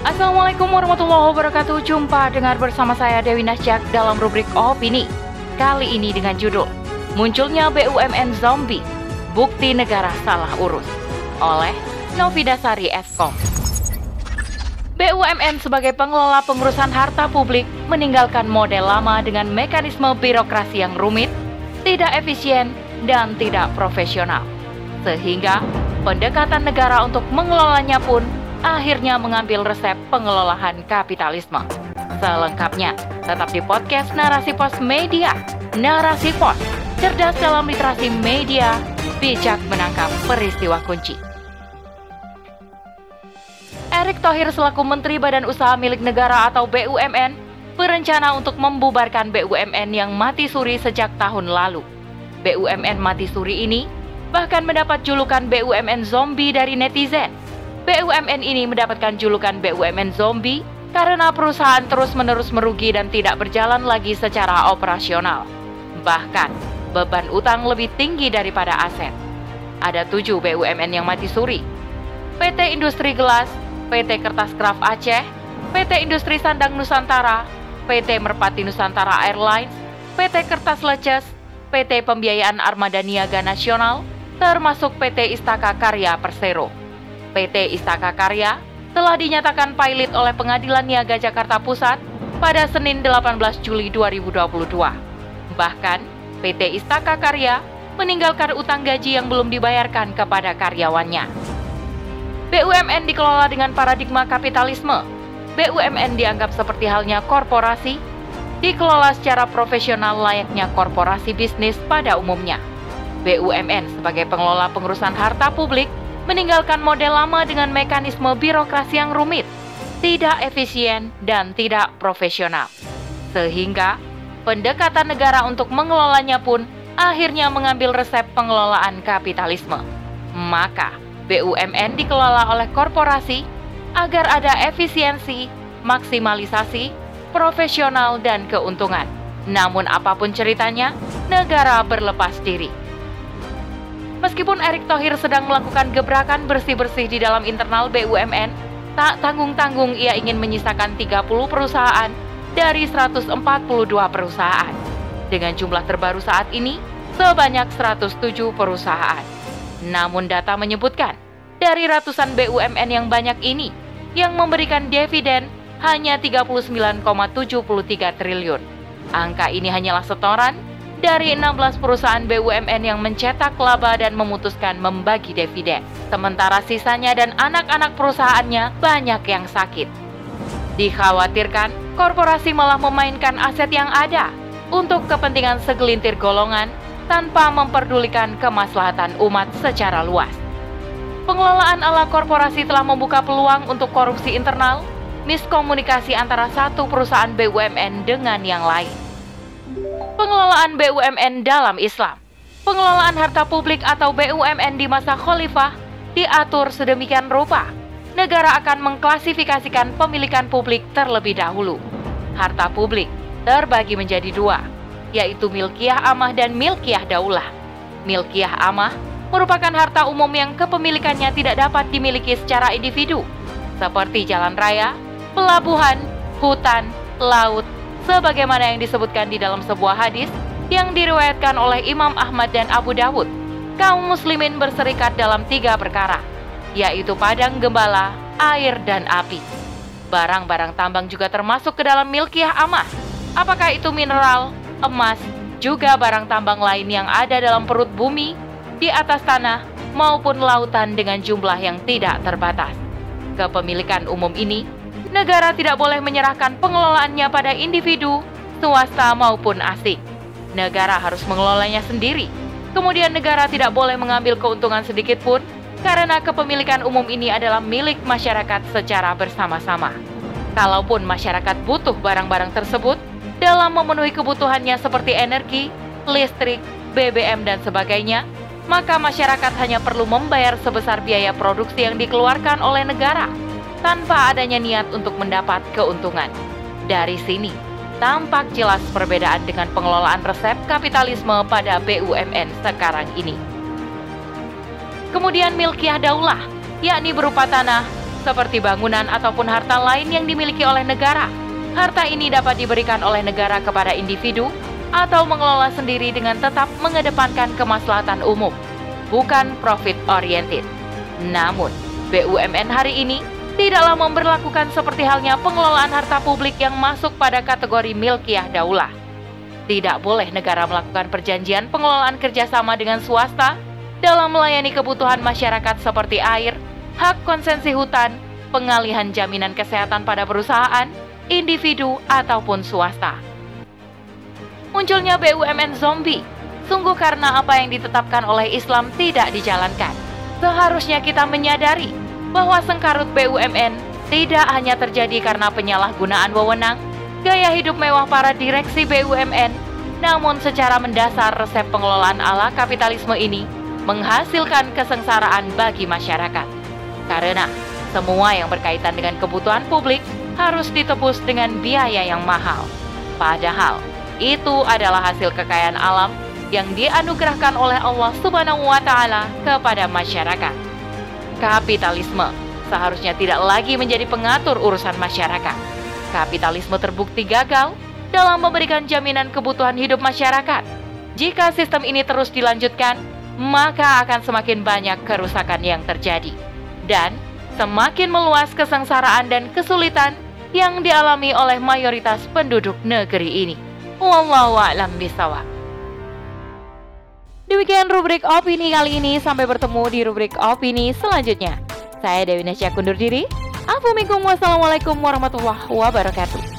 Assalamualaikum warahmatullahi wabarakatuh. Jumpa dengar bersama saya Dewi Nasjak dalam rubrik Opini. Kali ini dengan judul Munculnya BUMN Zombie, Bukti Negara Salah Urus oleh Novidasari Eskom. BUMN sebagai pengelola pengurusan harta publik meninggalkan model lama dengan mekanisme birokrasi yang rumit, tidak efisien, dan tidak profesional. Sehingga pendekatan negara untuk mengelolanya pun akhirnya mengambil resep pengelolaan kapitalisme. Selengkapnya, tetap di podcast Narasi Pos Media. Narasi Pos, cerdas dalam literasi media, bijak menangkap peristiwa kunci. Erick Thohir selaku Menteri Badan Usaha Milik Negara atau BUMN berencana untuk membubarkan BUMN yang mati suri sejak tahun lalu. BUMN mati suri ini bahkan mendapat julukan BUMN Zombie dari netizen. BUMN ini mendapatkan julukan BUMN Zombie karena perusahaan terus-menerus merugi dan tidak berjalan lagi secara operasional. Bahkan, beban utang lebih tinggi daripada aset. Ada 7 BUMN yang mati suri. PT Industri Gelas, PT Kertas Kraft Aceh, PT Industri Sandang Nusantara, PT Merpati Nusantara Airlines, PT Kertas Leces, PT Pembiayaan Armada Niaga Nasional, termasuk PT Istaka Karya Persero. PT Istaka Karya telah dinyatakan pailit oleh Pengadilan Niaga Jakarta Pusat pada Senin 18 Juli 2022. Bahkan, PT Istaka Karya meninggalkan utang gaji yang belum dibayarkan kepada karyawannya. BUMN dikelola dengan paradigma kapitalisme. BUMN dianggap seperti halnya korporasi, dikelola secara profesional layaknya korporasi bisnis pada umumnya. BUMN sebagai pengelola pengurusan harta publik meninggalkan model lama dengan mekanisme birokrasi yang rumit, tidak efisien, dan tidak profesional. Sehingga, pendekatan negara untuk mengelolanya pun akhirnya mengambil resep pengelolaan kapitalisme. Maka, BUMN dikelola oleh korporasi agar ada efisiensi, maksimalisasi, profesional, dan keuntungan. Namun apapun ceritanya, negara berlepas diri. Meskipun Erick Thohir sedang melakukan gebrakan bersih-bersih di dalam internal BUMN, tak tanggung-tanggung ia ingin menyisakan 30 perusahaan dari 142 perusahaan. Dengan jumlah terbaru saat ini, sebanyak 107 perusahaan. Namun data menyebutkan, dari ratusan BUMN yang banyak ini, yang memberikan dividen hanya 39,73 triliun. Angka ini hanyalah setoran dari 16 perusahaan BUMN yang mencetak laba dan memutuskan membagi dividen. Sementara sisanya dan anak-anak perusahaannya banyak yang sakit. Dikhawatirkan, korporasi malah memainkan aset yang ada untuk kepentingan segelintir golongan tanpa memperdulikan kemaslahatan umat secara luas. Pengelolaan ala korporasi telah membuka peluang untuk korupsi internal, miskomunikasi antara satu perusahaan BUMN dengan yang lain. Pengelolaan BUMN dalam Islam. Pengelolaan harta publik atau BUMN di masa khalifah diatur sedemikian rupa. Negara akan mengklasifikasikan pemilikan publik terlebih dahulu. Harta publik terbagi menjadi 2, yaitu milkiyah amah dan milkiyah daulah. Milkiyah amah merupakan harta umum yang kepemilikannya tidak dapat dimiliki secara individu, seperti jalan raya, pelabuhan, hutan, laut, sebagaimana yang disebutkan di dalam sebuah hadis yang diriwayatkan oleh Imam Ahmad dan Abu Dawud. Kaum muslimin berserikat dalam 3 perkara, yaitu padang gembala, air, dan api. Barang-barang tambang juga termasuk ke dalam milkiyah amah. Apakah itu mineral, emas, juga barang tambang lain yang ada dalam perut bumi, di atas tanah, maupun lautan dengan jumlah yang tidak terbatas. Kepemilikan umum ini negara tidak boleh menyerahkan pengelolaannya pada individu, swasta maupun asing. Negara harus mengelolanya sendiri. Kemudian negara tidak boleh mengambil keuntungan sedikit pun karena kepemilikan umum ini adalah milik masyarakat secara bersama-sama. Kalaupun masyarakat butuh barang-barang tersebut dalam memenuhi kebutuhannya seperti energi, listrik, BBM, dan sebagainya, maka masyarakat hanya perlu membayar sebesar biaya produksi yang dikeluarkan oleh negara, tanpa adanya niat untuk mendapat keuntungan. Dari sini, tampak jelas perbedaan dengan pengelolaan resep kapitalisme pada BUMN sekarang ini. Kemudian milkiyah daulah, yakni berupa tanah, seperti bangunan ataupun harta lain yang dimiliki oleh negara. Harta ini dapat diberikan oleh negara kepada individu atau mengelola sendiri dengan tetap mengedepankan kemaslahatan umum, bukan profit oriented. Namun, BUMN hari ini tidaklah memberlakukan seperti halnya pengelolaan harta publik yang masuk pada kategori milkiyah daulah. Tidak boleh negara melakukan perjanjian pengelolaan kerjasama dengan swasta dalam melayani kebutuhan masyarakat seperti air, hak konsesi hutan, pengalihan jaminan kesehatan pada perusahaan, individu, ataupun swasta. Munculnya BUMN zombie, sungguh karena apa yang ditetapkan oleh Islam tidak dijalankan. Seharusnya kita menyadari bahwa sengkarut BUMN tidak hanya terjadi karena penyalahgunaan wewenang, gaya hidup mewah para direksi BUMN, namun secara mendasar resep pengelolaan ala kapitalisme ini menghasilkan kesengsaraan bagi masyarakat. Karena semua yang berkaitan dengan kebutuhan publik harus ditebus dengan biaya yang mahal. Padahal itu adalah hasil kekayaan alam yang dianugerahkan oleh Allah Subhanahu wa Ta'ala kepada masyarakat. Kapitalisme seharusnya tidak lagi menjadi pengatur urusan masyarakat. Kapitalisme terbukti gagal dalam memberikan jaminan kebutuhan hidup masyarakat. Jika sistem ini terus dilanjutkan, maka akan semakin banyak kerusakan yang terjadi dan semakin meluas kesengsaraan dan kesulitan yang dialami oleh mayoritas penduduk negeri ini. Wallahu a'lam bishawab. Demikian rubrik opini kali ini. Sampai bertemu di rubrik opini selanjutnya. Saya Dewi Nasya undur diri. Assalamualaikum warahmatullahi wabarakatuh.